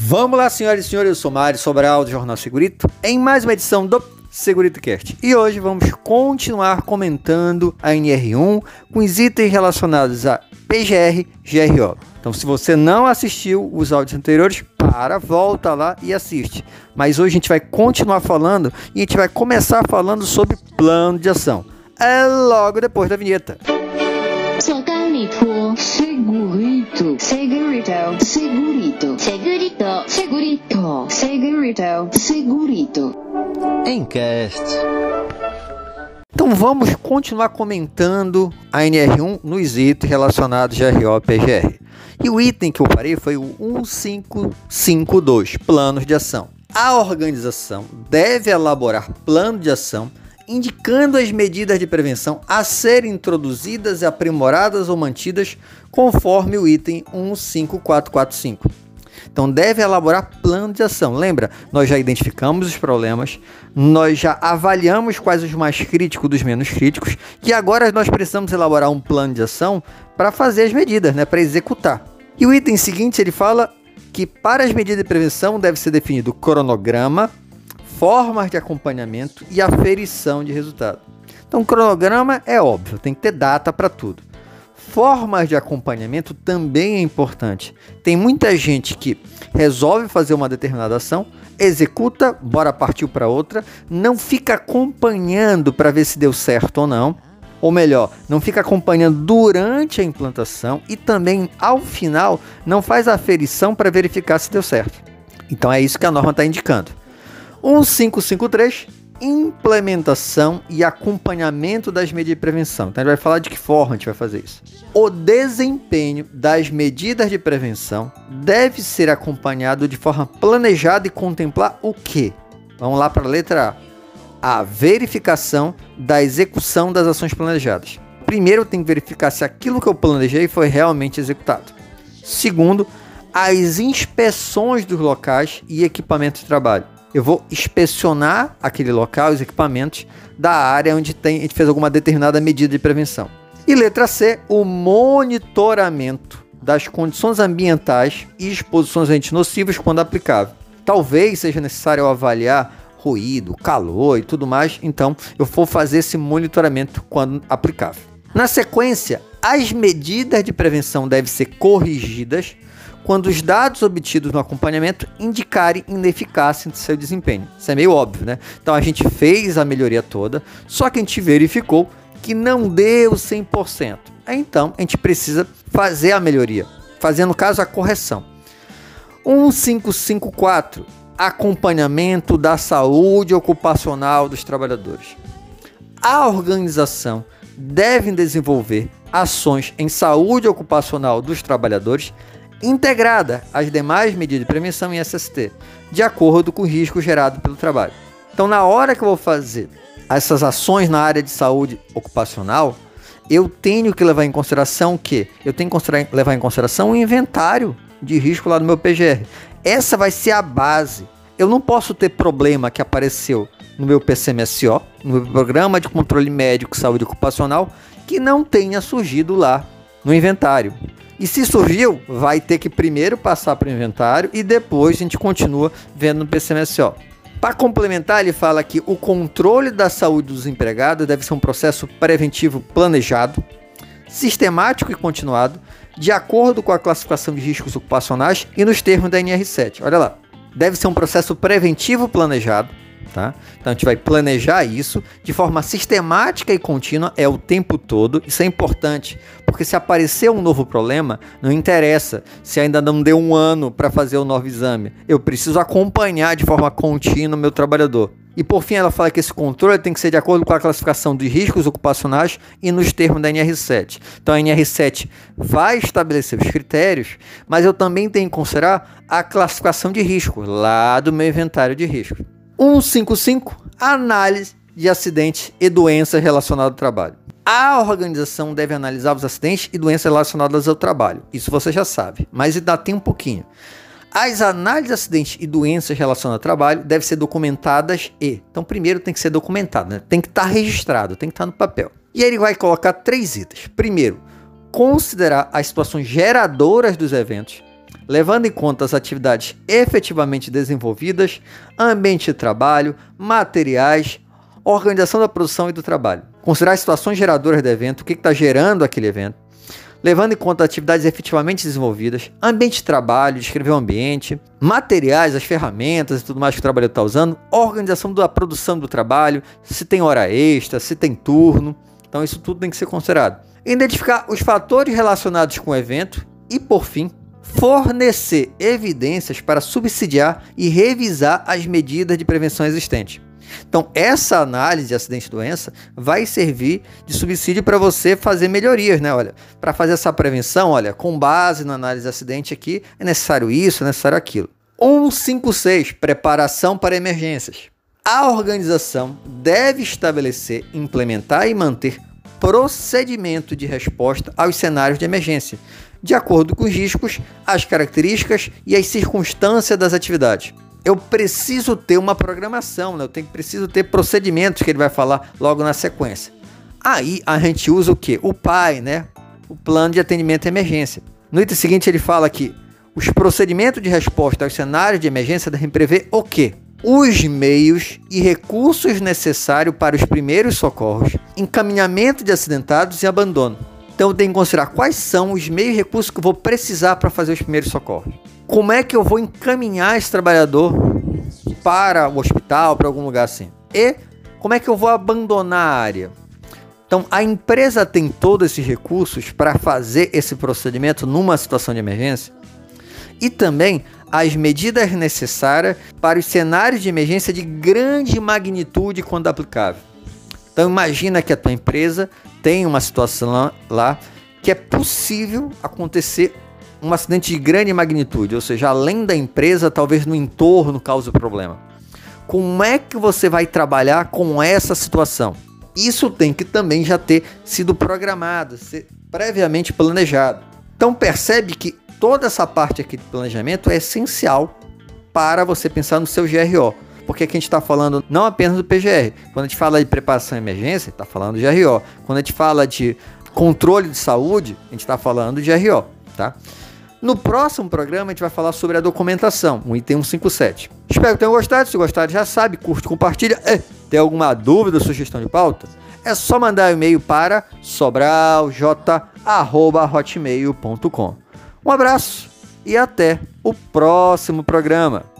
Vamos lá, senhoras e senhores, eu sou Mário Sobral do Jornal Segurito, em mais uma edição do SeguritoCast. E hoje vamos continuar comentando a NR1 com os itens relacionados a PGR, GRO. Então, se você não assistiu os áudios anteriores, volta lá e assiste. Mas hoje a gente vai continuar falando e a gente vai começar falando sobre plano de ação. É logo depois da vinheta. Segurito, segurito, segurito, segurito, segurito, segurito, segurito, segurito. Encast. Então vamos continuar comentando a NR1 nos itens relacionados a GRO e PGR. E o item que eu parei foi o 1552, planos de ação. A organização deve elaborar plano de ação indicando as medidas de prevenção a serem introduzidas, aprimoradas ou mantidas conforme o item 15445. Então deve elaborar plano de ação. Lembra, nós já identificamos os problemas, nós já avaliamos quais os mais críticos dos menos críticos e agora nós precisamos elaborar um plano de ação para fazer as medidas, para executar. E o item seguinte ele fala que para as medidas de prevenção deve ser definido cronograma, formas de acompanhamento e aferição de resultado. Então, cronograma é óbvio, tem que ter data para tudo. Formas de acompanhamento também é importante. Tem muita gente que resolve fazer uma determinada ação, executa, bora partiu para outra, não fica acompanhando para ver se deu certo ou não. Ou melhor, não fica acompanhando durante a implantação e também, ao final, não faz a aferição para verificar se deu certo. Então, é isso que a norma está indicando. 1553, implementação e acompanhamento das medidas de prevenção. Então, a gente vai falar de que forma a gente vai fazer isso. O desempenho das medidas de prevenção deve ser acompanhado de forma planejada e contemplar o quê? Vamos lá para a letra A. A verificação da execução das ações planejadas. Primeiro, eu tenho que verificar se aquilo que eu planejei foi realmente executado. Segundo, as inspeções dos locais e equipamentos de trabalho. Eu vou inspecionar aquele local, os equipamentos da área onde a gente fez alguma determinada medida de prevenção. E letra C, o monitoramento das condições ambientais e exposições a agentes nocivos quando aplicável. Talvez seja necessário eu avaliar ruído, calor e tudo mais, então eu vou fazer esse monitoramento quando aplicável. Na sequência, as medidas de prevenção devem ser corrigidas quando os dados obtidos no acompanhamento indicarem ineficácia em seu desempenho. Isso é meio óbvio, né? Então a gente fez a melhoria toda, só que a gente verificou que não deu 100%. Então a gente precisa fazer a melhoria, fazendo no caso a correção. 1554, acompanhamento da saúde ocupacional dos trabalhadores. A organização deve desenvolver ações em saúde ocupacional dos trabalhadores integrada às demais medidas de prevenção em SST, de acordo com o risco gerado pelo trabalho. Então, na hora que eu vou fazer essas ações na área de saúde ocupacional, eu tenho que levar em consideração o quê? Eu tenho que levar em consideração o inventário de risco lá no meu PGR. Essa vai ser a base. Eu não posso ter problema que apareceu no meu PCMSO, no meu Programa de Controle Médico Saúde Ocupacional, que não tenha surgido lá no inventário. E se surgiu, vai ter que primeiro passar para o inventário e depois a gente continua vendo no PCMSO. Para complementar, ele fala que o controle da saúde dos empregados deve ser um processo preventivo planejado, sistemático e continuado, de acordo com a classificação de riscos ocupacionais e nos termos da NR7. Olha lá, deve ser um processo preventivo planejado, tá? Então a gente vai planejar isso de forma sistemática e contínua, o tempo todo. Isso é importante, porque se aparecer um novo problema, não interessa se ainda não deu um ano para fazer o novo exame. Eu preciso acompanhar de forma contínua o meu trabalhador. E por fim ela fala que esse controle tem que ser de acordo com a classificação de riscos ocupacionais e nos termos da NR7. Então a NR7 vai estabelecer os critérios, mas eu também tenho que considerar a classificação de riscos lá do meu inventário de riscos. 155, análise de acidentes e doenças relacionadas ao trabalho. A organização deve analisar os acidentes e doenças relacionadas ao trabalho. Isso você já sabe, mas ainda tem um pouquinho. As análises de acidentes e doenças relacionadas ao trabalho devem ser documentadas Então, primeiro tem que ser documentado, né? Tem que estar registrado, tem que estar no papel. E aí ele vai colocar 3 itens. Primeiro, considerar as situações geradoras dos eventos, levando em conta as atividades efetivamente desenvolvidas, ambiente de trabalho, materiais, organização da produção e do trabalho. Considerar as situações geradoras do evento, o que está gerando aquele evento, levando em conta atividades efetivamente desenvolvidas, ambiente de trabalho, descrever o ambiente, materiais, as ferramentas e tudo mais que o trabalhador está usando, organização da produção do trabalho, se tem hora extra, se tem turno. Então isso tudo tem que ser considerado. Identificar os fatores relacionados com o evento e, por fim, fornecer evidências para subsidiar e revisar as medidas de prevenção existentes. Então, essa análise de acidente e doença vai servir de subsídio para você fazer melhorias, né? Olha, para fazer essa prevenção, olha, com base na análise de acidente aqui, é necessário isso, é necessário aquilo. 156, preparação para emergências. A organização deve estabelecer, implementar e manter procedimento de resposta aos cenários de emergência, de acordo com os riscos, as características e as circunstâncias das atividades. Eu preciso ter uma programação, né? Preciso ter procedimentos que ele vai falar logo na sequência. Aí a gente usa o quê? O PAE, né? O Plano de Atendimento à Emergência. No item seguinte ele fala que os procedimentos de resposta aos cenários de emergência devem prever o quê? Os meios e recursos necessários para os primeiros socorros, encaminhamento de acidentados e abandono. Então eu tenho que considerar quais são os meios e recursos que eu vou precisar para fazer os primeiros socorros. Como é que eu vou encaminhar esse trabalhador para o hospital, para algum lugar assim? E como é que eu vou abandonar a área? Então, a empresa tem todos esses recursos para fazer esse procedimento numa situação de emergência? E também as medidas necessárias para os cenários de emergência de grande magnitude quando aplicável. Então, imagina que a tua empresa tem uma situação lá que é possível acontecer um acidente de grande magnitude, ou seja, além da empresa, talvez no entorno cause o problema. Como é que você vai trabalhar com essa situação? Isso tem que também já ter sido programado, ser previamente planejado. Então percebe que toda essa parte aqui de planejamento é essencial para você pensar no seu GRO. Porque aqui a gente está falando não apenas do PGR. Quando a gente fala de preparação à emergência, está falando do GRO. Quando a gente fala de controle de saúde, a gente está falando de GRO, tá? No próximo programa a gente vai falar sobre a documentação, o item 157. Espero que tenham gostado. Se gostaram, já sabe, curte, compartilha. Tem alguma dúvida ou sugestão de pauta? É só mandar um e-mail para sobralj@hotmail.com. Um abraço e até o próximo programa.